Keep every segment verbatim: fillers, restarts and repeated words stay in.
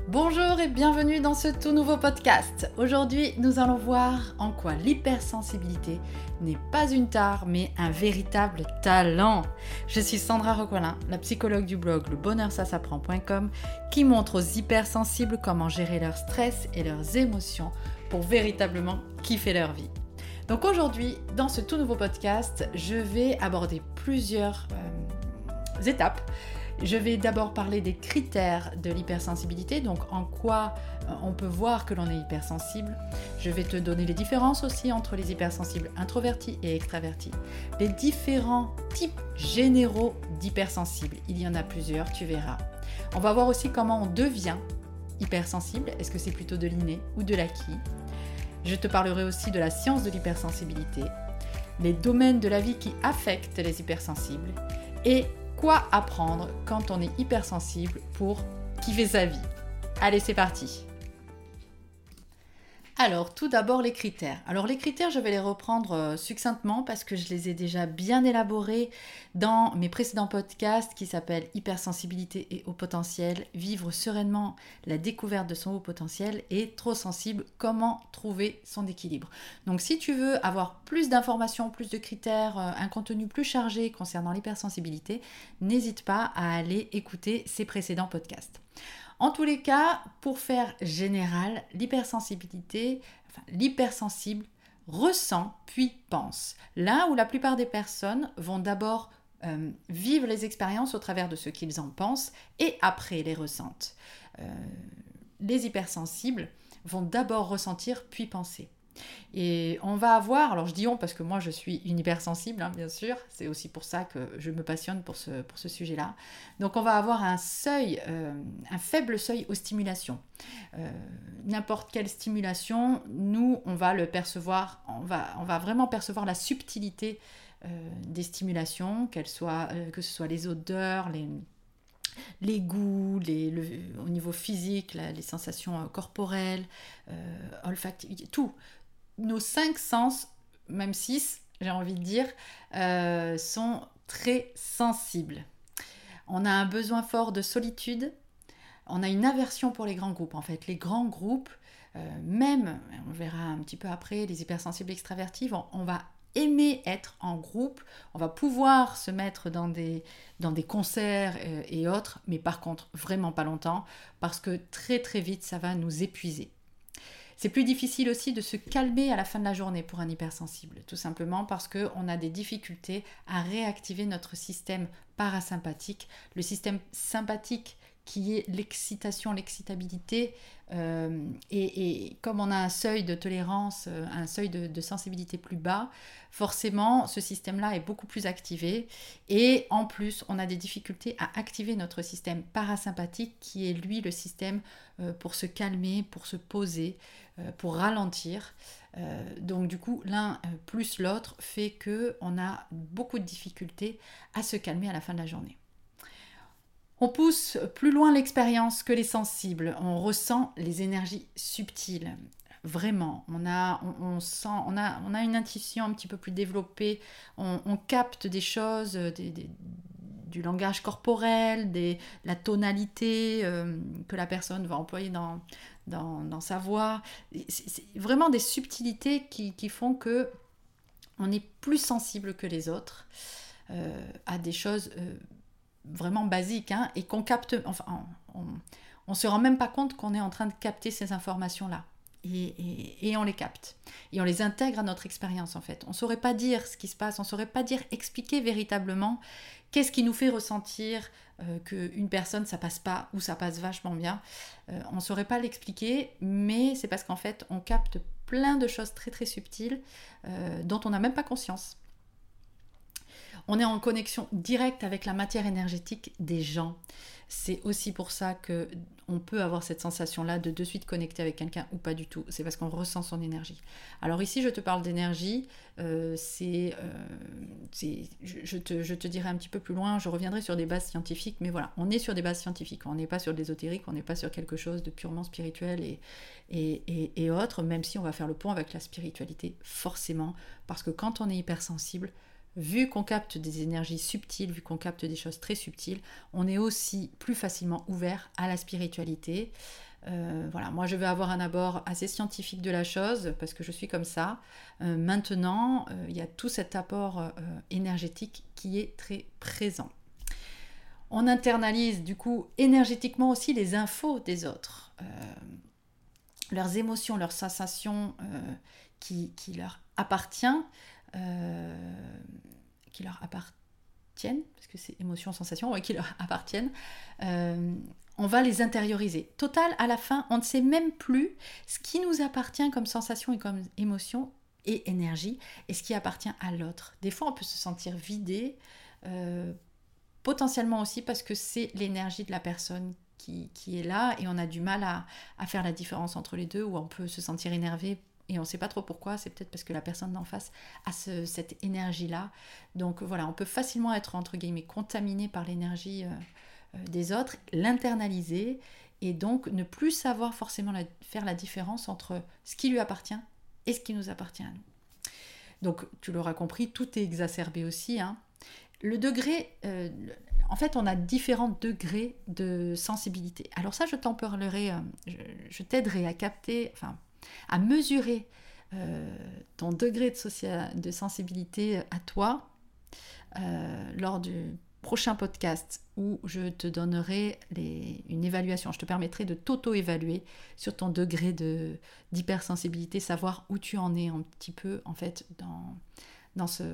Bonjour et bienvenue dans ce tout nouveau podcast. Aujourd'hui, nous allons voir en quoi l'hypersensibilité n'est pas une tare, mais un véritable talent. Je suis Sandra Roquelin, la psychologue du blog le bonheur ça s'apprend point com, qui montre aux hypersensibles comment gérer leur stress et leurs émotions pour véritablement kiffer leur vie. Donc aujourd'hui, dans ce tout nouveau podcast, je vais aborder plusieurs euh, étapes. Je vais d'abord parler des critères de l'hypersensibilité, donc en quoi on peut voir que l'on est hypersensible. Je vais te donner les différences aussi entre les hypersensibles introvertis et extravertis. Les différents types généraux d'hypersensibles. Il y en a plusieurs, tu verras. On va voir aussi comment on devient hypersensible. Est-ce que c'est plutôt de l'inné ou de l'acquis ? Je te parlerai aussi de la science de l'hypersensibilité, les domaines de la vie qui affectent les hypersensibles et quoi apprendre quand on est hypersensible pour kiffer sa vie. Allez, c'est parti. Alors, tout d'abord les critères. Alors les critères, je vais les reprendre euh, succinctement parce que je les ai déjà bien élaborés dans mes précédents podcasts qui s'appellent Hypersensibilité et haut potentiel, vivre sereinement la découverte de son haut potentiel et trop sensible, comment trouver son équilibre. Donc si tu veux avoir plus d'informations, plus de critères, euh, un contenu plus chargé concernant l'hypersensibilité, n'hésite pas à aller écouter ces précédents podcasts. En tous les cas, pour faire général, l'hypersensibilité, enfin, l'hypersensible ressent puis pense. Là où la plupart des personnes vont d'abord euh, vivre les expériences au travers de ce qu'ils en pensent et après les ressentent. Euh, les hypersensibles vont d'abord ressentir puis penser. Et on va avoir, alors je dis on parce que moi je suis une hypersensible, hein, bien sûr, c'est aussi pour ça que je me passionne pour ce, pour ce sujet-là. Donc on va avoir un seuil, euh, un faible seuil aux stimulations. Euh, n'importe quelle stimulation, nous on va le percevoir, on va, on va vraiment percevoir la subtilité euh, des stimulations, qu'elles soient, euh, que ce soit les odeurs, les... les goûts, les, le, au niveau physique, la, les sensations euh, corporelles, euh, olfactives, tout. Nos cinq sens, même six, j'ai envie de dire, euh, sont très sensibles. On a un besoin fort de solitude, on a une aversion pour les grands groupes. En fait, les grands groupes, euh, même, on verra un petit peu après, les hypersensibles extravertis, on, on va aimer être en groupe, on va pouvoir se mettre dans des, dans des concerts euh, et autres, mais par contre, vraiment pas longtemps, parce que très très vite, ça va nous épuiser. C'est plus difficile aussi de se calmer à la fin de la journée pour un hypersensible, tout simplement parce qu'on a des difficultés à réactiver notre système parasympathique, le système sympathique qui est l'excitation, l'excitabilité, euh, et, et comme on a un seuil de tolérance, un seuil de, de sensibilité plus bas, forcément ce système-là est beaucoup plus activé, et en plus on a des difficultés à activer notre système parasympathique qui est lui le système euh, pour se calmer, pour se poser, euh, pour ralentir. Euh, donc du coup l'un euh, plus l'autre fait qu'on a beaucoup de difficultés à se calmer à la fin de la journée. On pousse plus loin l'expérience que les sensibles, on ressent les énergies subtiles. Vraiment, on a, on, on sent, on a, on a une intuition un petit peu plus développée, on, on capte des choses, des, des, du langage corporel, des, la tonalité euh, que la personne va employer dans, dans, dans sa voix. C'est, c'est vraiment des subtilités qui, qui font que on est plus sensible que les autres euh, à des choses euh, vraiment basiques, hein, et qu'on capte, enfin, on ne se rend même pas compte qu'on est en train de capter ces informations-là. Et, et, et on les capte. Et on les intègre à notre expérience, en fait. On ne saurait pas dire ce qui se passe, on ne saurait pas dire, expliquer véritablement qu'est-ce qui nous fait ressentir euh, qu'une personne, ça passe pas ou ça passe vachement bien. Euh, on ne saurait pas l'expliquer, mais c'est parce qu'en fait, on capte plein de choses très très subtiles euh, dont on n'a même pas conscience. On est en connexion directe avec la matière énergétique des gens. C'est aussi pour ça qu'on peut avoir cette sensation-là de de suite connecter avec quelqu'un ou pas du tout. C'est parce qu'on ressent son énergie. Alors ici, je te parle d'énergie. Euh, c'est, euh, c'est, je, je, te, je te dirai un petit peu plus loin, je reviendrai sur des bases scientifiques, mais voilà, on est sur des bases scientifiques. On n'est pas sur de l'ésotérique, on n'est pas sur quelque chose de purement spirituel et, et, et, et autres, même si on va faire le pont avec la spiritualité, forcément, parce que quand on est hypersensible, vu qu'on capte des énergies subtiles, vu qu'on capte des choses très subtiles, on est aussi plus facilement ouvert à la spiritualité. Euh, voilà, moi je vais avoir un abord assez scientifique de la chose parce que je suis comme ça. Euh, maintenant, euh, il y a tout cet apport euh, énergétique qui est très présent. On internalise du coup énergétiquement aussi les infos des autres, euh, leurs émotions, leurs sensations euh, qui, qui leur appartiennent, euh, qui leur appartiennent, parce que c'est émotions, sensations, ouais, qui leur appartiennent. Euh, on va les intérioriser. Total, à la fin, on ne sait même plus ce qui nous appartient comme sensation et comme émotion et énergie, et ce qui appartient à l'autre. Des fois, on peut se sentir vidé, euh, potentiellement aussi parce que c'est l'énergie de la personne qui, qui est là, et on a du mal à, à faire la différence entre les deux, ou on peut se sentir énervé et on ne sait pas trop pourquoi. C'est peut-être parce que la personne d'en face a ce, cette énergie-là. Donc voilà, on peut facilement être entre guillemets contaminé par l'énergie euh, des autres, l'internaliser, et donc ne plus savoir forcément la, faire la différence entre ce qui lui appartient et ce qui nous appartient à nous. Donc tu l'auras compris, tout est exacerbé aussi, hein. Le degré, euh, en fait, on a différents degrés de sensibilité. Alors ça, je t'en parlerai, euh, je, je t'aiderai à capter, enfin, à mesurer euh, ton degré de, socia- de sensibilité à toi euh, lors du prochain podcast où je te donnerai les, une évaluation. Je te permettrai de t'auto-évaluer sur ton degré de, d'hypersensibilité, savoir où tu en es un petit peu, en fait, dans, dans ce...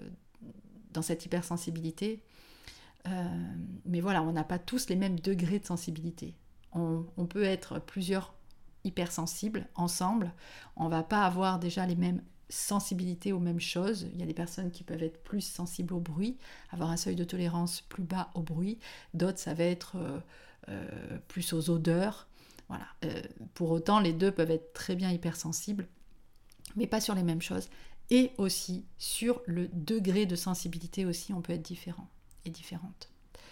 dans cette hypersensibilité. Euh, mais voilà, on n'a pas tous les mêmes degrés de sensibilité. On, on peut être plusieurs hypersensibles ensemble. On ne va pas avoir déjà les mêmes sensibilités aux mêmes choses. Il y a des personnes qui peuvent être plus sensibles au bruit, avoir un seuil de tolérance plus bas au bruit. D'autres, ça va être euh, euh, plus aux odeurs. Voilà. Euh, pour autant, les deux peuvent être très bien hypersensibles, mais pas sur les mêmes choses. Et aussi sur le degré de sensibilité aussi, on peut être différent et différente.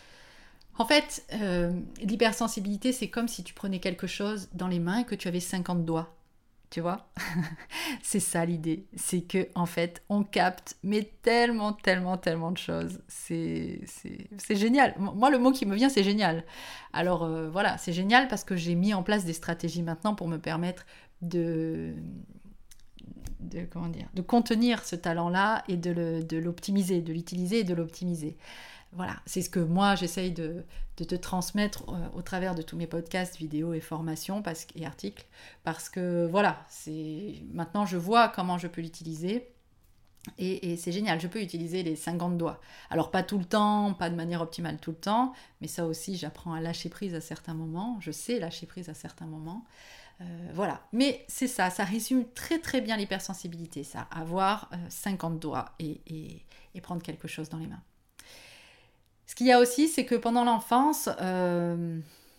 En fait, euh, l'hypersensibilité, c'est comme si tu prenais quelque chose dans les mains et que tu avais cinquante doigts. Tu vois? C'est ça l'idée. C'est que en fait, on capte, mais tellement, tellement, tellement de choses. C'est, c'est, c'est génial. Moi, le mot qui me vient, c'est génial. Alors euh, voilà, c'est génial parce que j'ai mis en place des stratégies maintenant pour me permettre de... De, comment dire, de contenir ce talent-là et de, le, de l'optimiser, de l'utiliser et de l'optimiser. Voilà, c'est ce que moi j'essaye de, de te transmettre euh, au travers de tous mes podcasts, vidéos et formations parce, et articles, parce que voilà, c'est, maintenant je vois comment je peux l'utiliser. Et, et c'est génial, je peux utiliser les cinquante doigts. Alors pas tout le temps, pas de manière optimale tout le temps, mais ça aussi j'apprends à lâcher prise à certains moments, je sais lâcher prise à certains moments. Euh, voilà, mais c'est ça, ça résume très très bien l'hypersensibilité, ça, avoir euh, cinquante doigts et, et, et prendre quelque chose dans les mains. Ce qu'il y a aussi, c'est que pendant l'enfance, euh,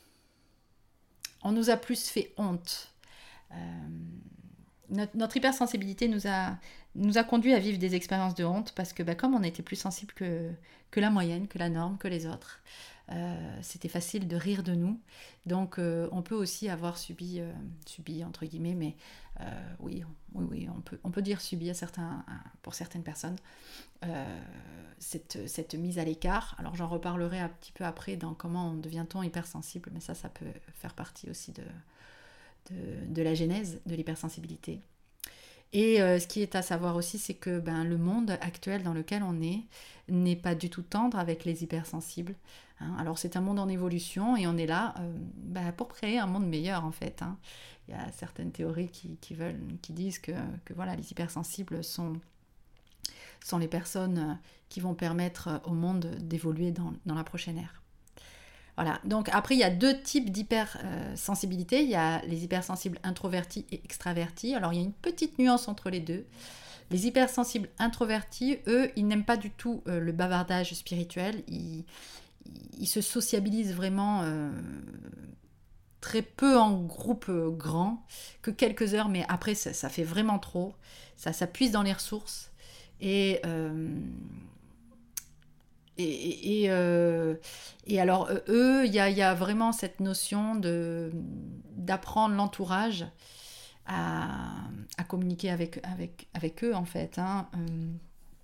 on nous a plus fait honte. Euh, notre, notre hypersensibilité nous a, nous a conduit à vivre des expériences de honte parce que bah, comme on était plus sensible que, que la moyenne, que la norme, que les autres, euh, c'était facile de rire de nous. Donc euh, on peut aussi avoir subi, euh, subi entre guillemets, mais euh, oui, oui, oui, on peut, on peut dire subi à certains, pour certaines personnes, euh, cette, cette mise à l'écart. Alors j'en reparlerai un petit peu après dans comment devient-on hypersensible, mais ça, ça peut faire partie aussi de, de, de la genèse de l'hypersensibilité. Et euh, ce qui est à savoir aussi, c'est que ben, le monde actuel dans lequel on est n'est pas du tout tendre avec les hypersensibles. Hein. Alors c'est un monde en évolution et on est là euh, ben, pour créer un monde meilleur en fait. Hein. Il y a certaines théories qui, qui, veulent, qui disent que, que voilà, les hypersensibles sont, sont les personnes qui vont permettre au monde d'évoluer dans, dans la prochaine ère. Voilà, donc après il y a deux types d'hypersensibilité, il y a les hypersensibles introvertis et extravertis. Alors il y a une petite nuance entre les deux. Les hypersensibles introvertis, eux, ils n'aiment pas du tout euh, le bavardage spirituel, ils, ils se sociabilisent vraiment euh, très peu en groupe euh, grand, que quelques heures, mais après ça, ça fait vraiment trop, ça, ça puise dans les ressources. Et... Euh, Et, et, et, euh, et alors, eux, il y a, y a vraiment cette notion de, d'apprendre l'entourage à, à communiquer avec, avec, avec eux, en fait. Hein.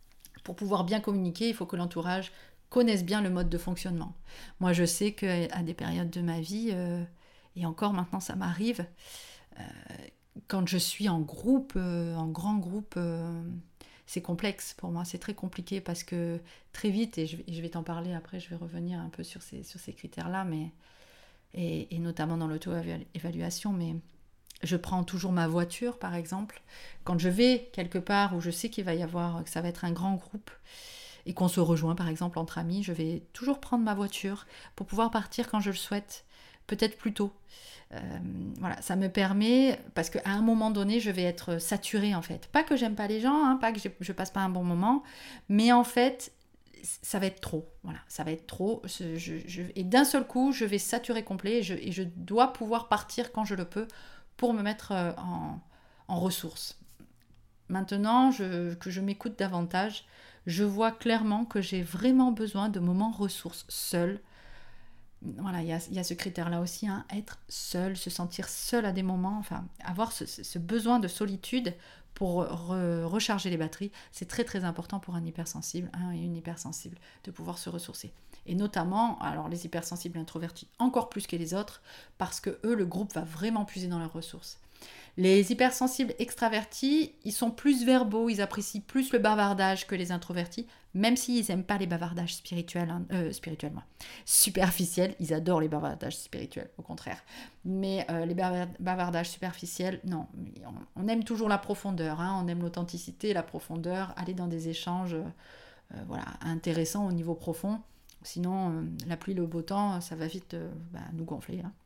Pour pouvoir bien communiquer, il faut que l'entourage connaisse bien le mode de fonctionnement. Moi, je sais qu'à des périodes de ma vie, euh, et encore maintenant ça m'arrive, euh, quand je suis en groupe, euh, en grand groupe, euh, c'est complexe pour moi, c'est très compliqué parce que très vite, et je, et je vais t'en parler après, je vais revenir un peu sur ces, sur ces critères-là, mais, et, et notamment dans l'auto-évaluation, mais je prends toujours ma voiture, par exemple. Quand je vais quelque part où je sais qu'il va y avoir, que ça va être un grand groupe et qu'on se rejoint, par exemple, entre amis, je vais toujours prendre ma voiture pour pouvoir partir quand je le souhaite, peut-être plus tôt. Euh, voilà, ça me permet, parce qu'à un moment donné, je vais être saturée, en fait. Pas que j'aime pas les gens, hein, pas que je passe pas un bon moment, mais en fait, ça va être trop. Voilà, ça va être trop. Je, je, je, et d'un seul coup, je vais saturer complet et je, et je dois pouvoir partir quand je le peux pour me mettre en, en ressources. Maintenant je, que je m'écoute davantage, je vois clairement que j'ai vraiment besoin de moments ressources seuls. Voilà, il y a, y a ce critère-là aussi, hein, être seul, se sentir seul à des moments, enfin, avoir ce, ce besoin de solitude pour re, recharger les batteries, c'est très très important pour un hypersensible hein, et une hypersensible de pouvoir se ressourcer. Et notamment, alors les hypersensibles introvertis encore plus que les autres, parce que eux, le groupe va vraiment puiser dans leurs ressources. Les hypersensibles extravertis, ils sont plus verbaux, ils apprécient plus le bavardage que les introvertis, même s'ils n'aiment pas les bavardages spirituels, hein, euh, spirituellement. Superficiels, ils adorent les bavardages spirituels, au contraire. Mais euh, les bavardages superficiels, non. On, on aime toujours la profondeur, hein, on aime l'authenticité, la profondeur, aller dans des échanges euh, euh, voilà, intéressants au niveau profond. Sinon, euh, la pluie, le beau temps, ça va vite euh, bah, nous gonfler, hein.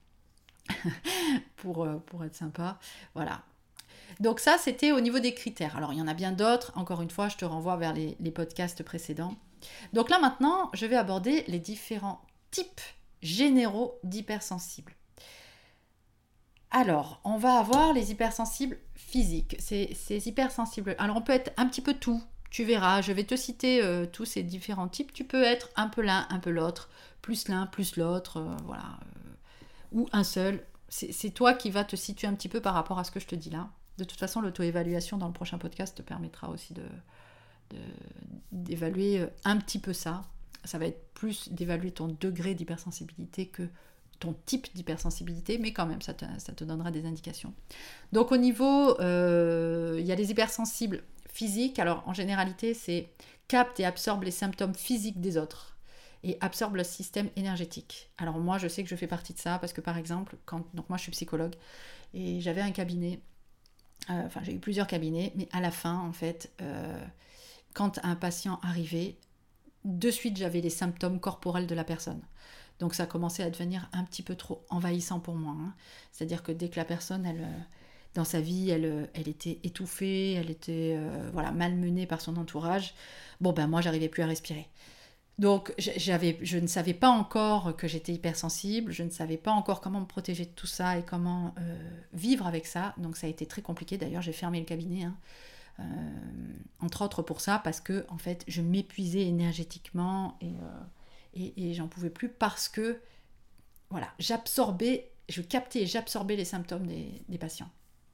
pour, euh, pour être sympa. Voilà. Donc ça, c'était au niveau des critères. Alors, il y en a bien d'autres. Encore une fois, je te renvoie vers les, les podcasts précédents. Donc là, maintenant, je vais aborder les différents types généraux d'hypersensibles. Alors, on va avoir les hypersensibles physiques. Ces, ces hypersensibles... Alors, on peut être un petit peu tout. Tu verras, je vais te citer euh, tous ces différents types. Tu peux être un peu l'un, un peu l'autre. Plus l'un, plus l'autre. Euh, voilà. Ou un seul. C'est, c'est toi qui vas te situer un petit peu par rapport à ce que je te dis là. De toute façon, l'auto-évaluation dans le prochain podcast te permettra aussi de, de, d'évaluer un petit peu ça. Ça va être plus d'évaluer ton degré d'hypersensibilité que ton type d'hypersensibilité, mais quand même, ça te, ça te donnera des indications. Donc au niveau, euh, il y a les hypersensibles physiques. Alors en généralité, c'est capte et absorbe les symptômes physiques des autres et absorbe le système énergétique. Alors moi, je sais que je fais partie de ça parce que par exemple, quand, donc moi je suis psychologue et j'avais un cabinet, euh, enfin j'ai eu plusieurs cabinets, mais à la fin en fait, euh, quand un patient arrivait, de suite j'avais les symptômes corporels de la personne. Donc ça commençait à devenir un petit peu trop envahissant pour moi, hein. C'est-à-dire que dès que la personne, elle, dans sa vie, elle, elle était étouffée, elle était euh, voilà, malmenée par son entourage, bon ben moi j'arrivais plus à respirer. Donc j'avais, je ne savais pas encore que j'étais hypersensible, je ne savais pas encore comment me protéger de tout ça et comment euh, vivre avec ça. Donc ça a été très compliqué, d'ailleurs j'ai fermé le cabinet, hein. euh, entre autres pour ça, parce que en fait je m'épuisais énergétiquement et, euh, et, et j'en pouvais plus parce que voilà, j'absorbais, je captais et j'absorbais les symptômes des, des patients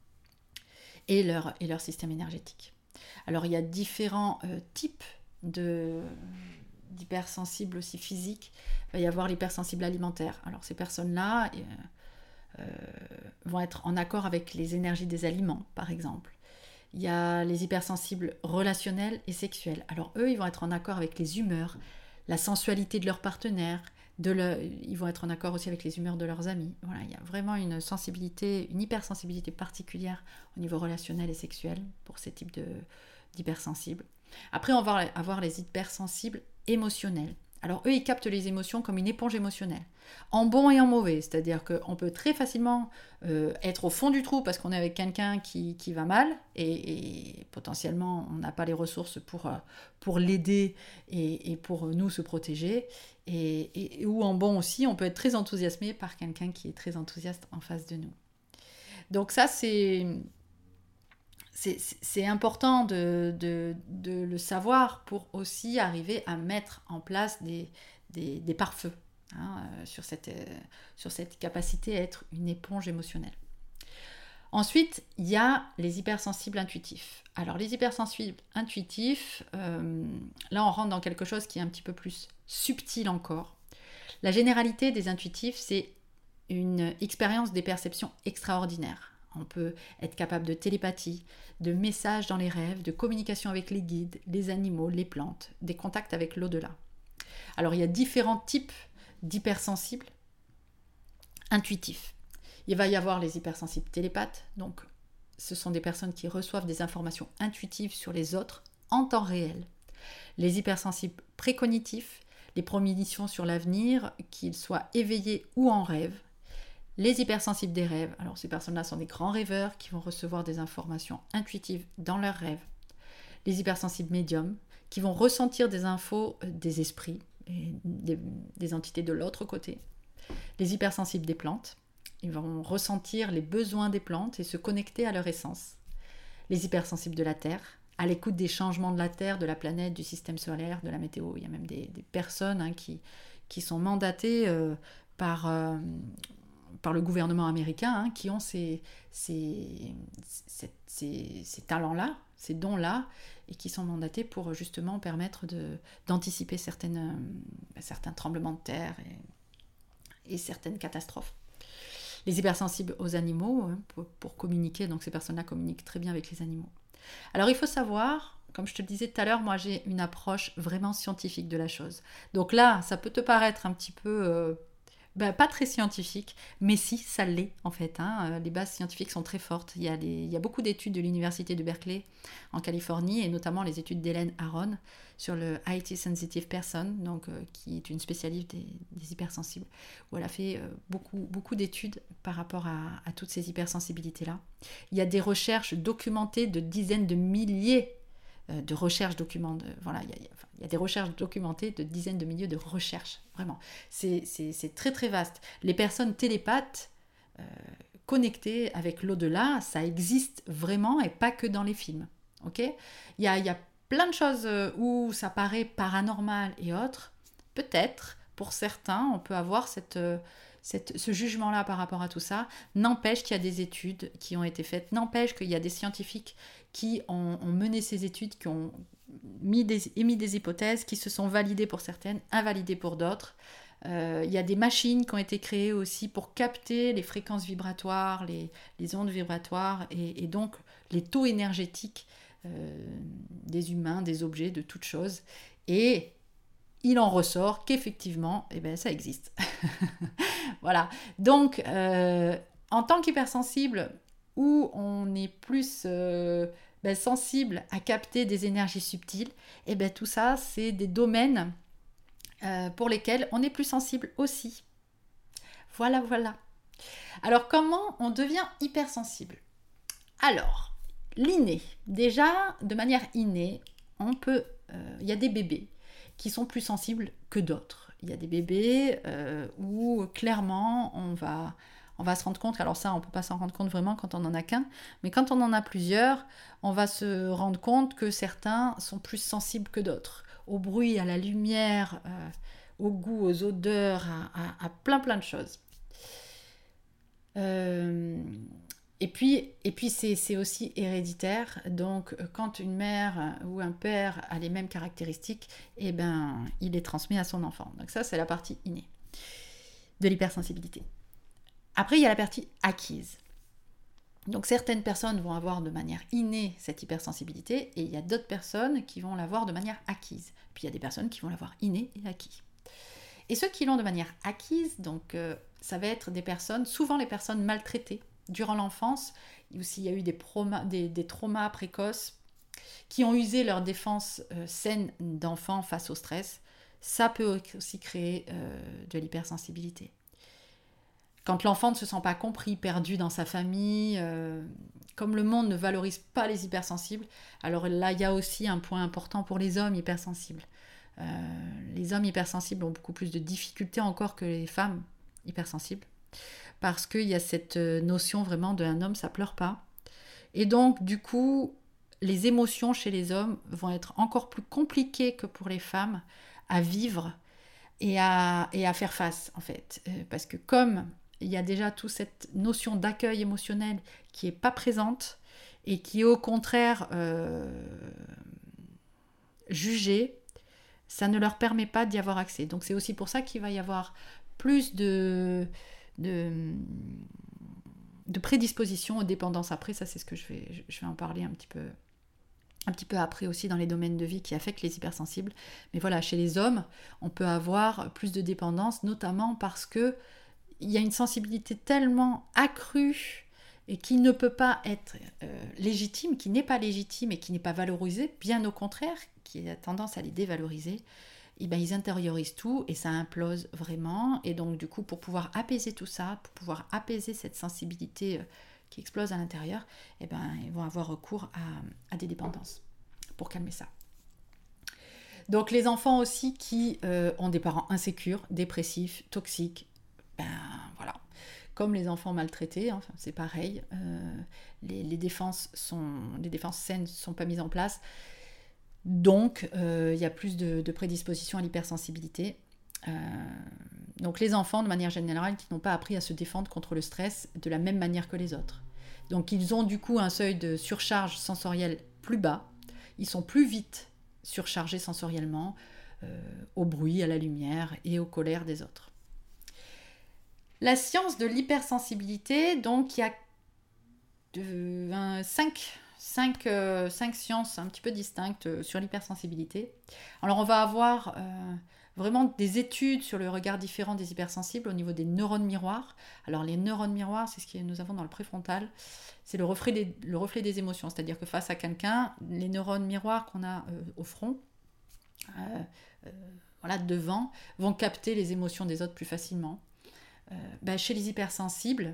et leur, et leur système énergétique. Alors il y a différents euh, types de... d'hypersensibles aussi physiques. Il va y avoir l'hypersensible alimentaire. Alors ces personnes-là euh, euh, vont être en accord avec les énergies des aliments, par exemple. Il y a les hypersensibles relationnels et sexuels. Alors eux, ils vont être en accord avec les humeurs, la sensualité de leur partenaire, de le... ils vont être en accord aussi avec les humeurs de leurs amis. Voilà, il y a vraiment une sensibilité, une hypersensibilité particulière au niveau relationnel et sexuel pour ces types de... d'hypersensibles. Après, on va avoir les hypersensibles émotionnels. Alors eux, ils captent les émotions comme une éponge émotionnelle, en bon et en mauvais, c'est-à-dire qu'on peut très facilement euh, être au fond du trou parce qu'on est avec quelqu'un qui, qui va mal et, et potentiellement on n'a pas les ressources pour, pour l'aider et, et pour nous se protéger, et, et, ou en bon aussi, on peut être très enthousiasmé par quelqu'un qui est très enthousiaste en face de nous. Donc ça, c'est... C'est, c'est important de, de, de le savoir pour aussi arriver à mettre en place des, des, des pare-feux, hein, sur, cette, sur cette capacité à être une éponge émotionnelle. Ensuite, il y a les hypersensibles intuitifs. Alors les hypersensibles intuitifs, euh, là on rentre dans quelque chose qui est un petit peu plus subtil encore. La généralité des intuitifs, c'est une expérience des perceptions extraordinaires. On peut être capable de télépathie, de messages dans les rêves, de communication avec les guides, les animaux, les plantes, des contacts avec l'au-delà. Alors il y a différents types d'hypersensibles intuitifs. Il va y avoir les hypersensibles télépathes, donc ce sont des personnes qui reçoivent des informations intuitives sur les autres en temps réel. Les hypersensibles précognitifs, les prémonitions sur l'avenir, qu'ils soient éveillés ou en rêve. Les hypersensibles des rêves, alors ces personnes-là sont des grands rêveurs qui vont recevoir des informations intuitives dans leurs rêves. Les hypersensibles médiums, qui vont ressentir des infos des esprits, et des, des entités de l'autre côté. Les hypersensibles des plantes, ils vont ressentir les besoins des plantes et se connecter à leur essence. Les hypersensibles de la Terre, à l'écoute des changements de la Terre, de la planète, du système solaire, de la météo. Il y a même des, des personnes hein, qui, qui sont mandatées euh, par, euh, par le gouvernement américain, hein, qui ont ces, ces, ces, ces, ces talents-là, ces dons-là, et qui sont mandatés pour justement permettre de, d'anticiper certaines, euh, certains tremblements de terre et, et certaines catastrophes. Les hypersensibles aux animaux, hein, pour, pour communiquer, donc ces personnes-là communiquent très bien avec les animaux. Alors il faut savoir, comme je te le disais tout à l'heure, moi j'ai une approche vraiment scientifique de la chose. Donc là, ça peut te paraître un petit peu... Euh, ben, pas très scientifique, mais si, ça l'est en fait. Hein. Les bases scientifiques sont très fortes. Il y a, des, il y a beaucoup d'études de l'université de Berkeley en Californie, et notamment les études d'Hélène Aron sur le I T Sensitive Person, donc, euh, qui est une spécialiste des, des hypersensibles, où elle a fait euh, beaucoup, beaucoup d'études par rapport à, à toutes ces hypersensibilités-là. Il y a des recherches documentées de dizaines de milliers euh, de recherches documentées. Voilà, il y a, il y a, enfin, il y a des recherches documentées de dizaines de milliers de recherches. Vraiment, c'est, c'est, c'est très très vaste. Les personnes télépathes euh, connectées avec l'au-delà, ça existe vraiment et pas que dans les films. Ok ? Il y a, il y a plein de choses où ça paraît paranormal et autres. Peut-être, pour certains, on peut avoir cette, cette, ce jugement-là par rapport à tout ça. N'empêche qu'il y a des études qui ont été faites. N'empêche qu'il y a des scientifiques qui ont, ont mené ces études, qui ont mis des, émis des hypothèses, qui se sont validées pour certaines, invalidées pour d'autres. Euh, il y a des machines qui ont été créées aussi pour capter les fréquences vibratoires, les, les ondes vibratoires et, et donc les taux énergétiques euh, des humains, des objets, de toutes choses. Et il en ressort qu'effectivement, eh ben, ça existe. Voilà. Donc, euh, en tant qu'hypersensible, où on est plus euh, ben, sensible à capter des énergies subtiles, eh ben, tout ça, c'est des domaines euh, pour lesquels on est plus sensible aussi. Voilà, voilà. Alors, comment on devient hypersensible ? Alors, l'inné. Déjà, de manière innée, on peut, euh, il y a des bébés qui sont plus sensibles que d'autres. Il y a des bébés euh, où clairement on va, on va se rendre compte, alors ça on ne peut pas s'en rendre compte vraiment quand on n'en a qu'un, mais quand on en a plusieurs, on va se rendre compte que certains sont plus sensibles que d'autres. Au bruit, à la lumière, euh, au goût, aux odeurs, à, à, à plein plein de choses. Euh, Et puis, et puis c'est, c'est aussi héréditaire, donc quand une mère ou un père a les mêmes caractéristiques, eh ben, il les transmet à son enfant. Donc ça, c'est la partie innée de l'hypersensibilité. Après, il y a la partie acquise. Donc certaines personnes vont avoir de manière innée cette hypersensibilité, et il y a d'autres personnes qui vont l'avoir de manière acquise. Puis il y a des personnes qui vont l'avoir innée et acquis. Et ceux qui l'ont de manière acquise, donc euh, ça va être des personnes, souvent les personnes maltraitées, durant l'enfance, il y a eu des, proma, des, des traumas précoces qui ont usé leur défense euh, saine d'enfant face au stress. Ça peut aussi créer euh, de l'hypersensibilité. Quand l'enfant ne se sent pas compris, perdu dans sa famille, euh, comme le monde ne valorise pas les hypersensibles, alors là, il y a aussi un point important pour les hommes hypersensibles. Euh, les hommes hypersensibles ont beaucoup plus de difficultés encore que les femmes hypersensibles. Parce qu'il y a cette notion vraiment de un homme, ça pleure pas. Et donc, du coup, les émotions chez les hommes vont être encore plus compliquées que pour les femmes à vivre et à, et à faire face, en fait. Parce que comme il y a déjà toute cette notion d'accueil émotionnel qui n'est pas présente et qui est au contraire euh, jugée, ça ne leur permet pas d'y avoir accès. Donc c'est aussi pour ça qu'il va y avoir plus de, de, de prédisposition aux dépendances. Après, ça c'est ce que je vais, je vais en parler un petit peu, un petit peu après aussi dans les domaines de vie qui affectent les hypersensibles. Mais voilà, chez les hommes, on peut avoir plus de dépendance, notamment parce que il y a une sensibilité tellement accrue et qui ne peut pas être euh, légitime, qui n'est pas légitime et qui n'est pas valorisée, bien au contraire, qui a tendance à les dévaloriser, et ben ils intériorisent tout et ça implose vraiment. Et donc du coup, pour pouvoir apaiser tout ça, pour pouvoir apaiser cette sensibilité euh, qui explose à l'intérieur, et ben ils vont avoir recours à, à des dépendances pour calmer ça. Donc les enfants aussi qui euh, ont des parents insécures, dépressifs, toxiques, ben voilà, comme les enfants maltraités, enfin, c'est pareil, euh, les, les, défenses sont, les défenses saines ne sont pas mises en place, donc euh, il y a plus de, de prédisposition à l'hypersensibilité. Euh, donc les enfants, de manière générale, qui n'ont pas appris à se défendre contre le stress de la même manière que les autres. Donc ils ont du coup un seuil de surcharge sensorielle plus bas, ils sont plus vite surchargés sensoriellement, euh, au bruit, à la lumière et aux colères des autres. La science de l'hypersensibilité, donc il y a de, un, cinq, cinq, euh, cinq sciences un petit peu distinctes sur l'hypersensibilité. Alors on va avoir euh, vraiment des études sur le regard différent des hypersensibles au niveau des neurones miroirs. Alors les neurones miroirs, c'est ce que nous avons dans le préfrontal, c'est le reflet des, le reflet des émotions, c'est-à-dire que face à quelqu'un, les neurones miroirs qu'on a euh, au front, euh, euh, voilà, devant, vont capter les émotions des autres plus facilement. Euh, ben chez les hypersensibles,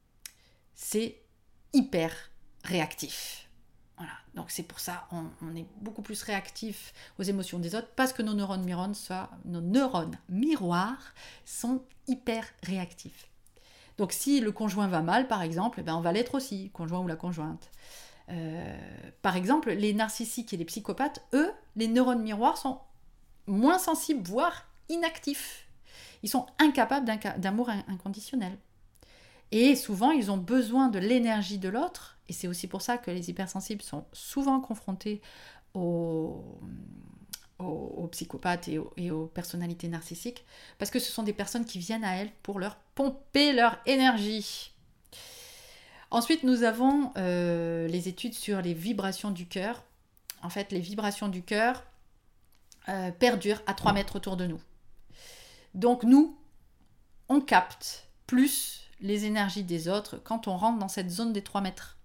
c'est hyper réactif. Voilà. Donc c'est pour ça on, on est beaucoup plus réactif aux émotions des autres parce que nos neurones miroirs, soit, nos neurones miroirs sont hyper réactifs. Donc si le conjoint va mal, par exemple, ben on va l'être aussi, le conjoint ou la conjointe. Euh, par exemple, les narcissiques et les psychopathes, eux, les neurones miroirs sont moins sensibles, voire inactifs. Ils sont incapables d'amour inconditionnel. Et souvent, ils ont besoin de l'énergie de l'autre. Et c'est aussi pour ça que les hypersensibles sont souvent confrontés aux, aux, aux psychopathes et aux, et aux personnalités narcissiques. Parce que ce sont des personnes qui viennent à elles pour leur pomper leur énergie. Ensuite, nous avons euh, les études sur les vibrations du cœur. En fait, les vibrations du cœur euh, perdurent à trois mètres autour de nous. Donc nous, on capte plus les énergies des autres quand on rentre dans cette zone des trois mètres.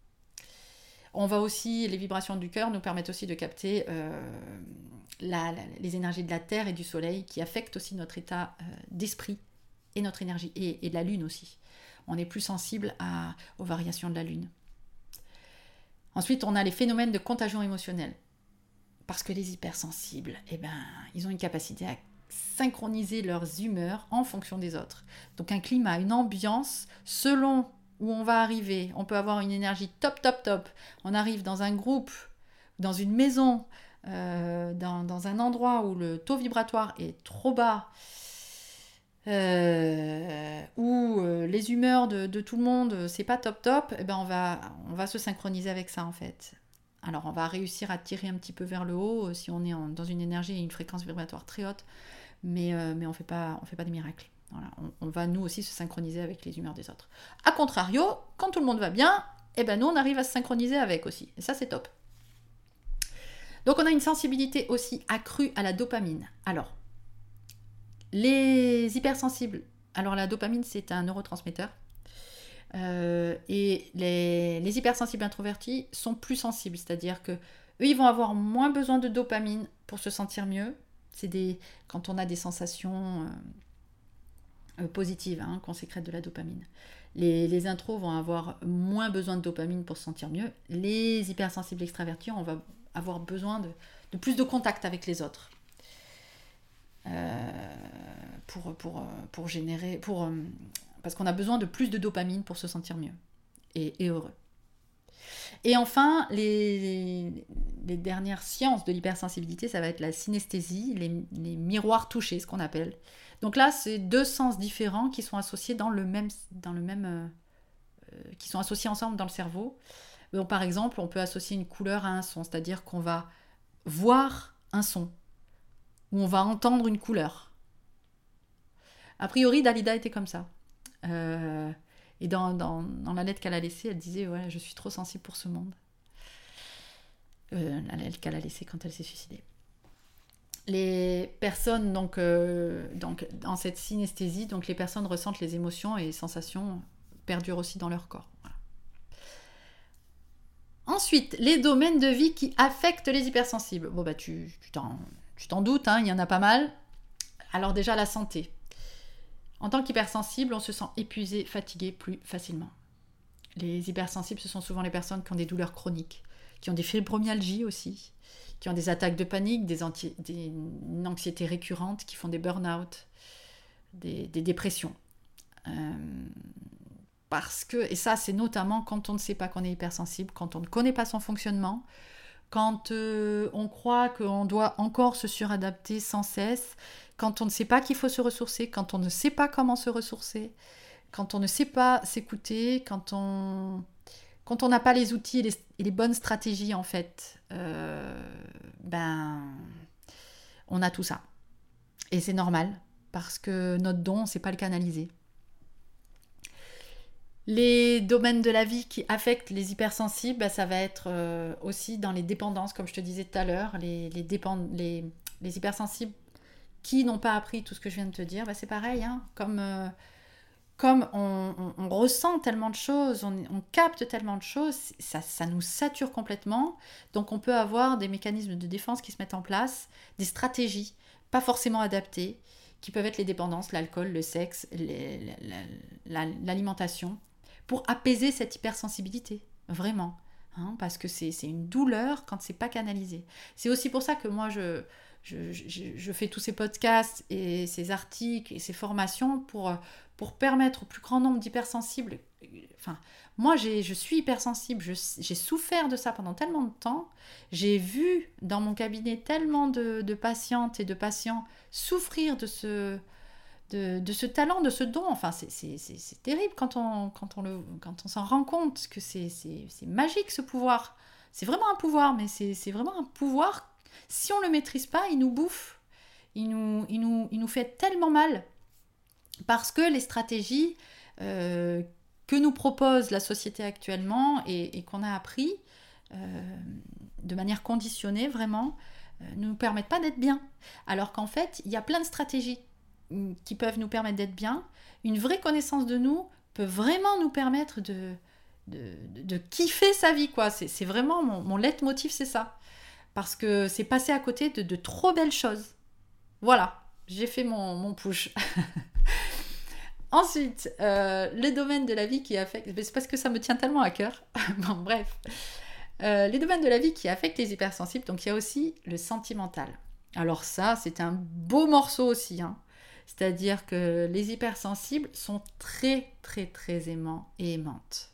On va aussi, les vibrations du cœur nous permettent aussi de capter euh, la, la, les énergies de la Terre et du Soleil qui affectent aussi notre état euh, d'esprit et notre énergie, et, et de la Lune aussi. On est plus sensible à, aux variations de la Lune. Ensuite, on a les phénomènes de contagion émotionnelle. Parce que les hypersensibles, eh ben, ils ont une capacité à synchroniser leurs humeurs en fonction des autres. Donc un climat, une ambiance, selon où on va arriver, on peut avoir une énergie top, top, top. On arrive dans un groupe, dans une maison, euh, dans, dans un endroit où le taux vibratoire est trop bas, euh, où euh, les humeurs de, de tout le monde, c'est pas top, top, eh ben on va, on va se synchroniser avec ça en fait. Alors on va réussir à tirer un petit peu vers le haut euh, si on est en, dans une énergie et une fréquence vibratoire très haute, mais, euh, mais on fait pas, on fait pas des miracles. Voilà, on, on va nous aussi se synchroniser avec les humeurs des autres. A contrario, quand tout le monde va bien, eh ben nous on arrive à se synchroniser avec aussi, et ça c'est top. Donc on a une sensibilité aussi accrue à la dopamine. Alors, les hypersensibles, alors la dopamine c'est un neurotransmetteur, Euh, et les, les hypersensibles introvertis sont plus sensibles, c'est-à-dire que eux ils vont avoir moins besoin de dopamine pour se sentir mieux. C'est des, quand on a des sensations euh, euh, positives, hein, qu'on sécrète de la dopamine. Les, les intros vont avoir moins besoin de dopamine pour se sentir mieux. Les hypersensibles extravertis, on va avoir besoin de, de plus de contact avec les autres. Euh, pour, pour, pour générer... Pour, euh, parce qu'on a besoin de plus de dopamine pour se sentir mieux et, et heureux. Et enfin, les, les dernières sciences de l'hypersensibilité, ça va être la synesthésie, les, les miroirs touchés, ce qu'on appelle. Donc là, c'est deux sens différents qui sont associés dans le même, dans le même, euh, euh, qui sont associés ensemble dans le cerveau. Donc par exemple, on peut associer une couleur à un son, c'est-à-dire qu'on va voir un son ou on va entendre une couleur. A priori, Dalida était comme ça. Euh, et dans, dans, dans la lettre qu'elle a laissée, elle disait ouais, je suis trop sensible pour ce monde. Euh, la lettre qu'elle a laissée quand elle s'est suicidée. Les personnes, donc, euh, donc, dans cette synesthésie, donc les personnes ressentent les émotions et les sensations perdurent aussi dans leur corps. Voilà. Ensuite, les domaines de vie qui affectent les hypersensibles. Bon, bah, tu, tu, t'en, tu t'en doutes, hein, il y en a pas mal. Alors déjà, la santé. En tant qu'hypersensible, on se sent épuisé, fatigué plus facilement. Les hypersensibles, ce sont souvent les personnes qui ont des douleurs chroniques, qui ont des fibromyalgies aussi, qui ont des attaques de panique, des, anti- des une anxiété récurrente, qui font des burn-out, des, des dépressions. Euh, parce que, et ça c'est notamment quand on ne sait pas qu'on est hypersensible, quand on ne connaît pas son fonctionnement, quand euh, on croit qu'on doit encore se suradapter sans cesse, quand on ne sait pas qu'il faut se ressourcer, quand on ne sait pas comment se ressourcer, quand on ne sait pas s'écouter, quand on quand on n'a pas les outils et les, et les bonnes stratégies en fait, euh, ben on a tout ça. Et c'est normal parce que notre don, on ne sait pas le canaliser. Les domaines de la vie qui affectent les hypersensibles, bah, ça va être euh, aussi dans les dépendances, comme je te disais tout à l'heure, les, les, dépend- les, les hypersensibles qui n'ont pas appris tout ce que je viens de te dire, bah, c'est pareil, hein, comme, euh, comme on, on, on ressent tellement de choses, on, on capte tellement de choses, ça, ça nous sature complètement, donc on peut avoir des mécanismes de défense qui se mettent en place, des stratégies pas forcément adaptées, qui peuvent être les dépendances, l'alcool, le sexe, les, la, la, l'alimentation, pour apaiser cette hypersensibilité, vraiment. Hein, parce que c'est, c'est une douleur quand c'est pas canalisé. C'est aussi pour ça que moi, je, je, je, je fais tous ces podcasts et ces articles et ces formations pour, pour permettre au plus grand nombre d'hypersensibles... Enfin, moi, j'ai, je suis hypersensible, je, j'ai souffert de ça pendant tellement de temps. J'ai vu dans mon cabinet tellement de, de patientes et de patients souffrir de ce... De, de ce talent, de ce don. Enfin, c'est, c'est, c'est, c'est terrible quand on, quand, on le, quand on s'en rend compte que c'est, c'est, c'est magique ce pouvoir. C'est vraiment un pouvoir, mais c'est, c'est vraiment un pouvoir. Si on ne le maîtrise pas, il nous bouffe. Il nous, il nous, il nous fait tellement mal. Parce que les stratégies euh, que nous propose la société actuellement et, et qu'on a appris euh, de manière conditionnée, vraiment, euh, ne nous permettent pas d'être bien. Alors qu'en fait, il y a plein de stratégies qui peuvent nous permettre d'être bien. Une vraie connaissance de nous peut vraiment nous permettre de, de, de, de kiffer sa vie, quoi. C'est, c'est vraiment mon, mon leitmotiv, c'est ça. Parce que c'est passer à côté de, de trop belles choses. Voilà, j'ai fait mon, mon push. Ensuite, euh, le domaine de la vie qui affecte... C'est parce que ça me tient tellement à cœur. Bon, bref. Euh, les domaines de la vie qui affectent les hypersensibles, donc il y a aussi le sentimental. Alors ça, c'est un beau morceau aussi, hein. C'est-à-dire que les hypersensibles sont très, très, très aimants et aimantes.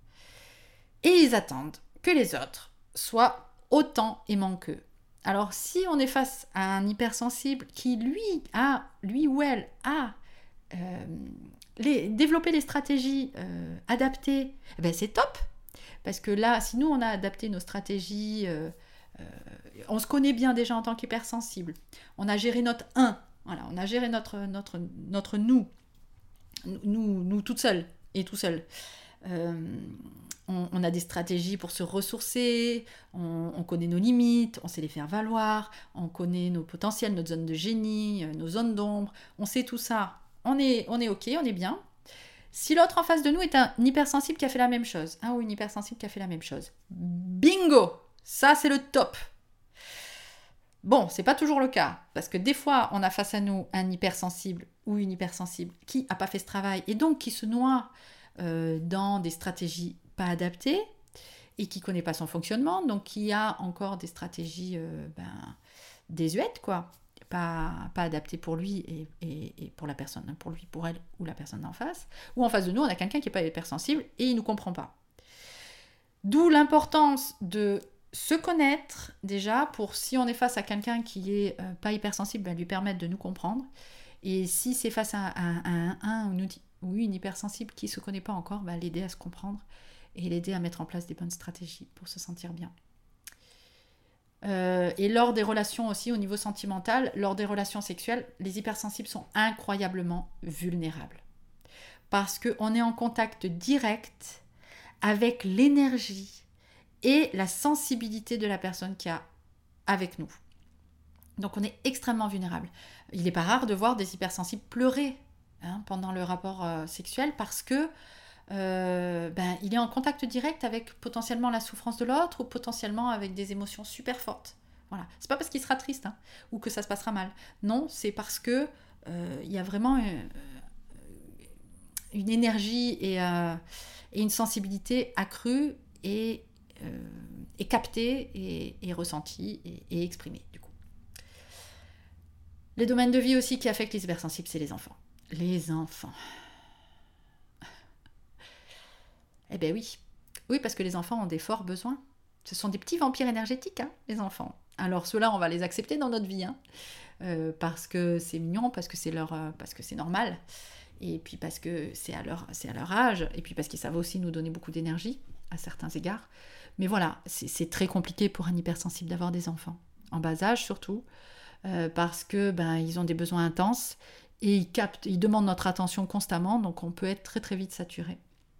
Et ils attendent que les autres soient autant aimants qu'eux. Alors, si on est face à un hypersensible qui, lui, a, lui ou elle, a euh, les, développé les stratégies euh, adaptées, eh ben c'est top. Parce que là, si nous, on a adapté nos stratégies, euh, euh, on se connaît bien déjà en tant qu'hypersensible, on a géré notre un, voilà, on a géré notre, notre, notre nous, nous, nous toutes seules et tout seul. Euh, on, on a des stratégies pour se ressourcer, on, on connaît nos limites, on sait les faire valoir, on connaît nos potentiels, notre zone de génie, nos zones d'ombre, on sait tout ça. On est, on est ok, on est bien. Si l'autre en face de nous est un hypersensible qui a fait la même chose, hein, ou une hypersensible qui a fait la même chose, bingo, ça c'est le top. Bon, c'est pas toujours le cas, parce que des fois, on a face à nous un hypersensible ou une hypersensible qui n'a pas fait ce travail, et donc qui se noie euh, dans des stratégies pas adaptées, et qui ne connaît pas son fonctionnement, donc qui a encore des stratégies euh, ben, désuètes, quoi, pas, pas adaptées pour lui et, et, et pour la personne, pour lui, pour elle, ou la personne en face. Ou en face de nous, on a quelqu'un qui n'est pas hypersensible, et il ne nous comprend pas. D'où l'importance de se connaître déjà pour, si on est face à quelqu'un qui est euh, pas hypersensible, ben, lui permettre de nous comprendre, Et si c'est face à, à, à un, un ou une hypersensible qui ne se connaît pas encore, bah, l'aider à se comprendre et l'aider à mettre en place des bonnes stratégies pour se sentir bien. Euh, et lors des relations aussi, au niveau sentimental, lors des relations sexuelles, les hypersensibles sont incroyablement vulnérables. Parce qu'on est en contact direct avec l'énergie et la sensibilité de la personne qui a avec nous. Donc on est extrêmement vulnérable. Il n'est pas rare de voir des hypersensibles pleurer hein, pendant le rapport euh, sexuel parce que euh, ben, il est en contact direct avec potentiellement la souffrance de l'autre ou potentiellement avec des émotions super fortes. Voilà. C'est pas parce qu'il sera triste hein, ou que ça se passera mal. Non, c'est parce que euh, il y a vraiment une, une énergie et, euh, et une sensibilité accrue et, euh, et captée et, et ressentie et, et exprimée du coup. Les domaines de vie aussi qui affectent les hypersensibles, c'est les enfants. Les enfants. Eh bien oui. Oui, parce que les enfants ont des forts besoins. Ce sont des petits vampires énergétiques, hein, les enfants. Alors ceux-là, on va les accepter dans notre vie, hein, euh, parce que c'est mignon, parce que c'est leur, euh, parce que c'est normal, et puis parce que c'est à leur, c'est à leur âge, et puis parce qu'ils savent aussi nous donner beaucoup d'énergie à certains égards. Mais voilà, c'est, c'est très compliqué pour un hypersensible d'avoir des enfants, en bas âge surtout, euh, parce que ben ils ont des besoins intenses et ils captent, ils demandent notre attention constamment, donc on peut être très très vite saturé.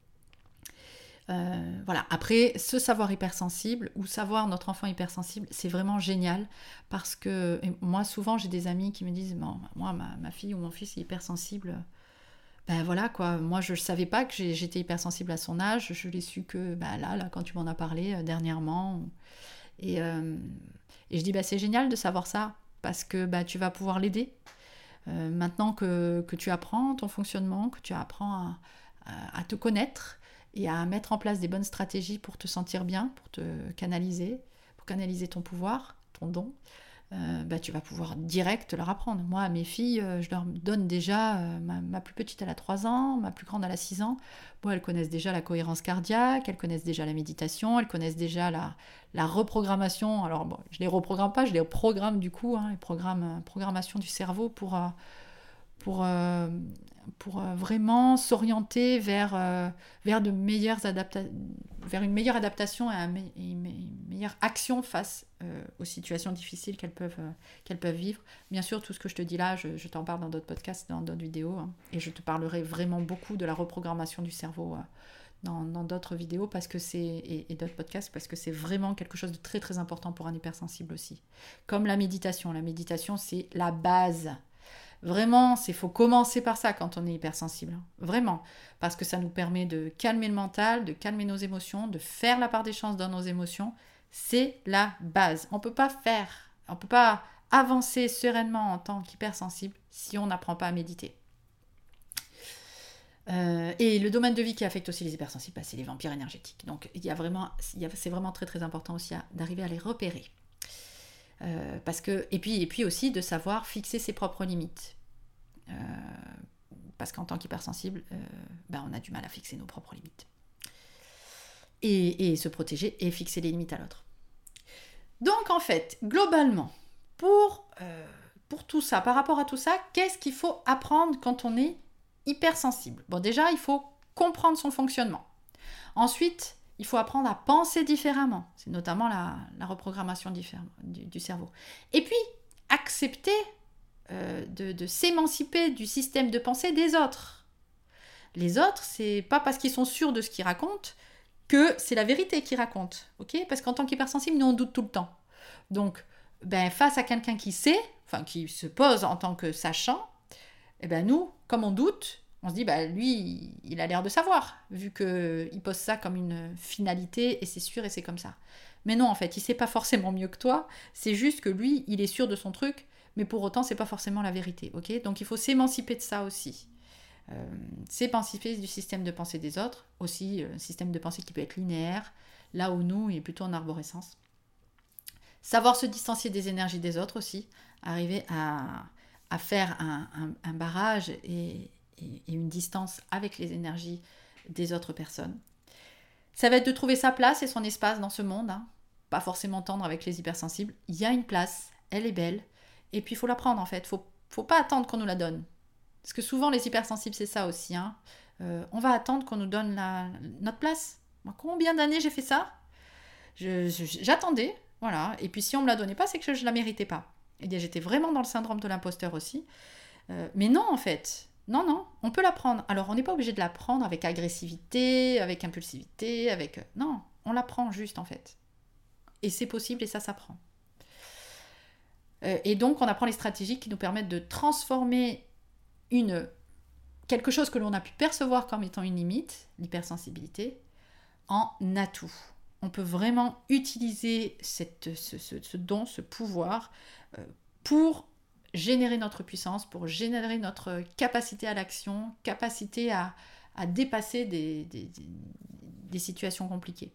Euh, voilà. Après, ce savoir hypersensible ou savoir notre enfant hypersensible, c'est vraiment génial parce que et moi, souvent, j'ai des amis qui me disent bon, moi, ma, ma fille ou mon fils est hypersensible. Ben voilà quoi, moi je ne savais pas que j'ai, j'étais hypersensible à son âge, je l'ai su que ben là, là, quand tu m'en as parlé euh, dernièrement. Et, euh, et je dis ben, c'est génial de savoir ça parce que ben, tu vas pouvoir l'aider. Euh, maintenant que, que tu apprends ton fonctionnement, que tu apprends à, à, à te connaître et à mettre en place des bonnes stratégies pour te sentir bien, pour te canaliser, pour canaliser ton pouvoir, ton don, euh, bah, tu vas pouvoir direct leur apprendre. Moi, à mes filles, euh, je leur donne déjà, euh, ma, ma plus petite elle a trois ans, ma plus grande elle a six ans, bon, elles connaissent déjà la cohérence cardiaque, elles connaissent déjà la méditation, elles connaissent déjà la, la reprogrammation. Alors bon, je ne les reprogramme pas, je les programme du coup, hein, les programmes, programmation du cerveau pour... Euh, pour, euh, pour euh, vraiment s'orienter vers, euh, vers, de meilleures adapta- vers une meilleure adaptation et, un me- et une meilleure action face euh, aux situations difficiles qu'elles peuvent, euh, qu'elles peuvent vivre. Bien sûr, tout ce que je te dis là, je, je t'en parle dans d'autres podcasts, dans d'autres vidéos, hein, et je te parlerai vraiment beaucoup de la reprogrammation du cerveau euh, dans, dans d'autres vidéos parce que c'est, et, et d'autres podcasts parce que c'est vraiment quelque chose de très très important pour un hypersensible aussi. Comme la méditation. La méditation, c'est la base. Vraiment, il faut commencer par ça quand on est hypersensible. Vraiment. Parce que ça nous permet de calmer le mental, de calmer nos émotions, de faire la part des chances dans nos émotions. C'est la base. On ne peut pas faire, on ne peut pas avancer sereinement en tant qu'hypersensible si on n'apprend pas à méditer. Euh, et le domaine de vie qui affecte aussi les hypersensibles, bah, c'est les vampires énergétiques. Donc il y a vraiment, il y a, c'est vraiment très très important aussi à, d'arriver à les repérer. Euh, parce que, et, puis, et puis aussi de savoir fixer ses propres limites. Euh, parce qu'en tant qu'hypersensible, euh, ben on a du mal à fixer nos propres limites. Et, et se protéger et fixer les limites à l'autre. Donc en fait, globalement, pour, euh, pour tout ça, par rapport à tout ça, qu'est-ce qu'il faut apprendre quand on est hypersensible ? Bon, déjà, il faut comprendre son fonctionnement. Ensuite, il faut apprendre à penser différemment. C'est notamment la, la reprogrammation du, du cerveau. Et puis, accepter euh, de, de s'émanciper du système de pensée des autres. Les autres, c'est pas parce qu'ils sont sûrs de ce qu'ils racontent que c'est la vérité qu'ils racontent. Okay ? Parce qu'en tant qu'hypersensible, nous, on doute tout le temps. Donc, ben, face à quelqu'un qui sait, enfin, qui se pose en tant que sachant, eh ben, nous, comme on doute, on se dit, bah, lui, il a l'air de savoir, vu qu'il pose ça comme une finalité, et c'est sûr, et c'est comme ça. Mais non, en fait, il sait pas forcément mieux que toi, c'est juste que lui, il est sûr de son truc, mais pour autant, c'est pas forcément la vérité, ok ? Donc, il faut s'émanciper de ça aussi. Euh, s'émanciper du système de pensée des autres, aussi, un euh, système de pensée qui peut être linéaire, là où nous, il est plutôt en arborescence. Savoir se distancier des énergies des autres aussi, arriver à, à faire un, un, un barrage et et une distance avec les énergies des autres personnes. Ça va être de trouver sa place et son espace dans ce monde, hein. Pas forcément tendre avec les hypersensibles. Il y a une place, elle est belle, et puis il faut la prendre en fait. Il faut Faut pas attendre qu'on nous la donne. Parce que souvent, les hypersensibles, c'est ça aussi. Hein. Euh, on va attendre qu'on nous donne la, notre place. Moi, combien d'années j'ai fait ça ? je, je, J'attendais, voilà. Et puis si on me la donnait pas, c'est que je, je la méritais pas. Et bien, j'étais vraiment dans le syndrome de l'imposteur aussi. Euh, mais non, en fait. Non, non, on peut la prendre. Alors, on n'est pas obligé de la prendre avec agressivité, avec impulsivité, avec... Non, on la prend juste, en fait. Et c'est possible et ça s'apprend. Euh, et donc, on apprend les stratégies qui nous permettent de transformer une, quelque chose que l'on a pu percevoir comme étant une limite, l'hypersensibilité, en atout. On peut vraiment utiliser cette, ce, ce, ce don, ce pouvoir euh, pour générer notre puissance, pour générer notre capacité à l'action, capacité à, à dépasser des, des, des, des situations compliquées.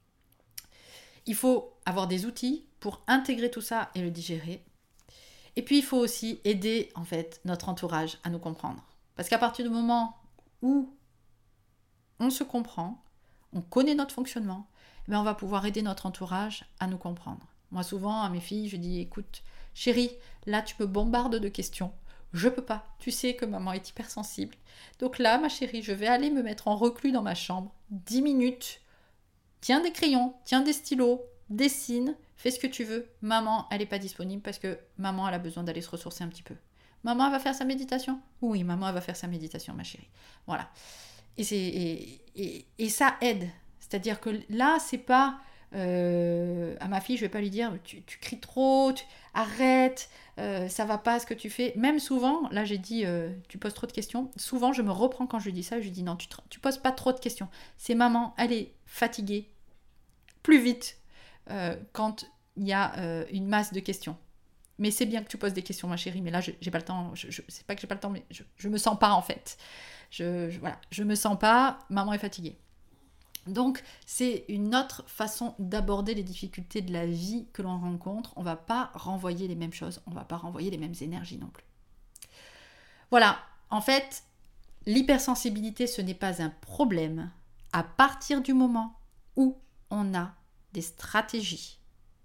Il faut avoir des outils pour intégrer tout ça et le digérer. Et puis, il faut aussi aider, en fait, notre entourage à nous comprendre. Parce qu'à partir du moment où on se comprend, on connaît notre fonctionnement, eh bien, on va pouvoir aider notre entourage à nous comprendre. Moi, souvent, à mes filles, je dis, écoute, chérie, là, tu me bombardes de questions. Je peux pas. Tu sais que maman est hypersensible. Donc là, ma chérie, je vais aller me mettre en reclus dans ma chambre. dix minutes. Tiens des crayons, tiens des stylos, dessine, fais ce que tu veux. Maman, elle n'est pas disponible parce que maman, elle a besoin d'aller se ressourcer un petit peu. Maman, elle va faire sa méditation ? Oui, maman, elle va faire sa méditation, ma chérie. Voilà. Et, c'est, et, et, et ça aide. C'est-à-dire que là, c'est pas... Euh, à ma fille, je vais pas lui dire tu, tu cries trop, tu, arrête, euh, ça va pas ce que tu fais. Même souvent, là j'ai dit euh, tu poses trop de questions. Souvent, je me reprends quand je lui dis ça. Je lui dis non, tu, tu poses pas trop de questions. C'est maman, elle est fatiguée. Plus vite euh, quand il y a euh, une masse de questions. Mais c'est bien que tu poses des questions, ma chérie. Mais là, je, j'ai pas le temps. Je, je, c'est pas que j'ai pas le temps, mais je, je me sens pas en fait. Je, je, voilà, je me sens pas. Maman est fatiguée. Donc, c'est une autre façon d'aborder les difficultés de la vie que l'on rencontre. On ne va pas renvoyer les mêmes choses, on ne va pas renvoyer les mêmes énergies non plus. Voilà, en fait, l'hypersensibilité, ce n'est pas un problème à partir du moment où on a des stratégies.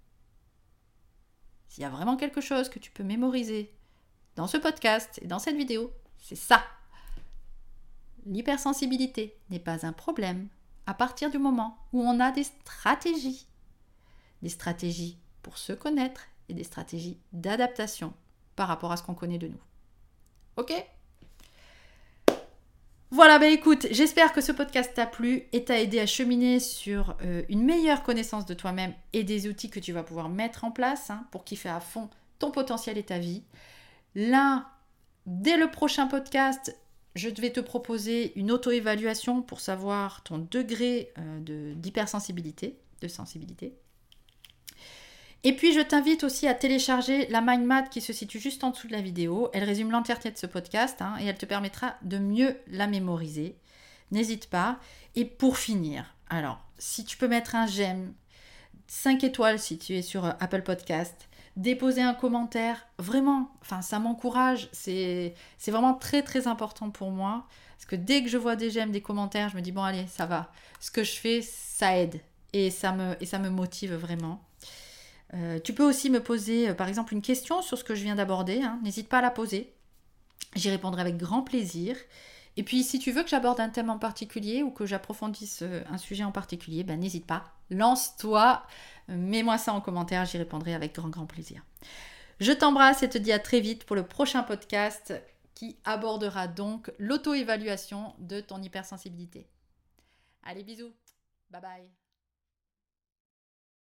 S'il y a vraiment quelque chose que tu peux mémoriser dans ce podcast et dans cette vidéo, c'est ça. L'hypersensibilité n'est pas un problème à partir du moment où on a des stratégies, des stratégies pour se connaître et des stratégies d'adaptation par rapport à ce qu'on connaît de nous. Ok ? Voilà, bah écoute, j'espère que ce podcast t'a plu et t'a aidé à cheminer sur euh, une meilleure connaissance de toi-même et des outils que tu vas pouvoir mettre en place hein, pour kiffer à fond ton potentiel et ta vie. Là, dès le prochain podcast, je vais te proposer une auto-évaluation pour savoir ton degré euh, de, d'hypersensibilité, de sensibilité. Et puis, je t'invite aussi à télécharger la mind map qui se situe juste en dessous de la vidéo. Elle résume l'entièreté de ce podcast hein, et elle te permettra de mieux la mémoriser. N'hésite pas. Et pour finir, alors, si tu peux mettre un j'aime, cinq étoiles si tu es sur Apple Podcast, déposer un commentaire, vraiment, enfin ça m'encourage, c'est, c'est vraiment très très important pour moi, parce que dès que je vois des j'aime, des commentaires, je me dis bon allez, ça va, ce que je fais, ça aide, et ça me, et ça me motive vraiment. Euh, tu peux aussi me poser euh, par exemple une question sur ce que je viens d'aborder, hein, n'hésite pas à la poser, j'y répondrai avec grand plaisir. Et puis si tu veux que j'aborde un thème en particulier ou que j'approfondisse un sujet en particulier, ben, n'hésite pas, lance-toi, mets-moi ça en commentaire, j'y répondrai avec grand grand plaisir. Je t'embrasse et te dis à très vite pour le prochain podcast qui abordera donc l'auto-évaluation de ton hypersensibilité. Allez, bisous, bye bye.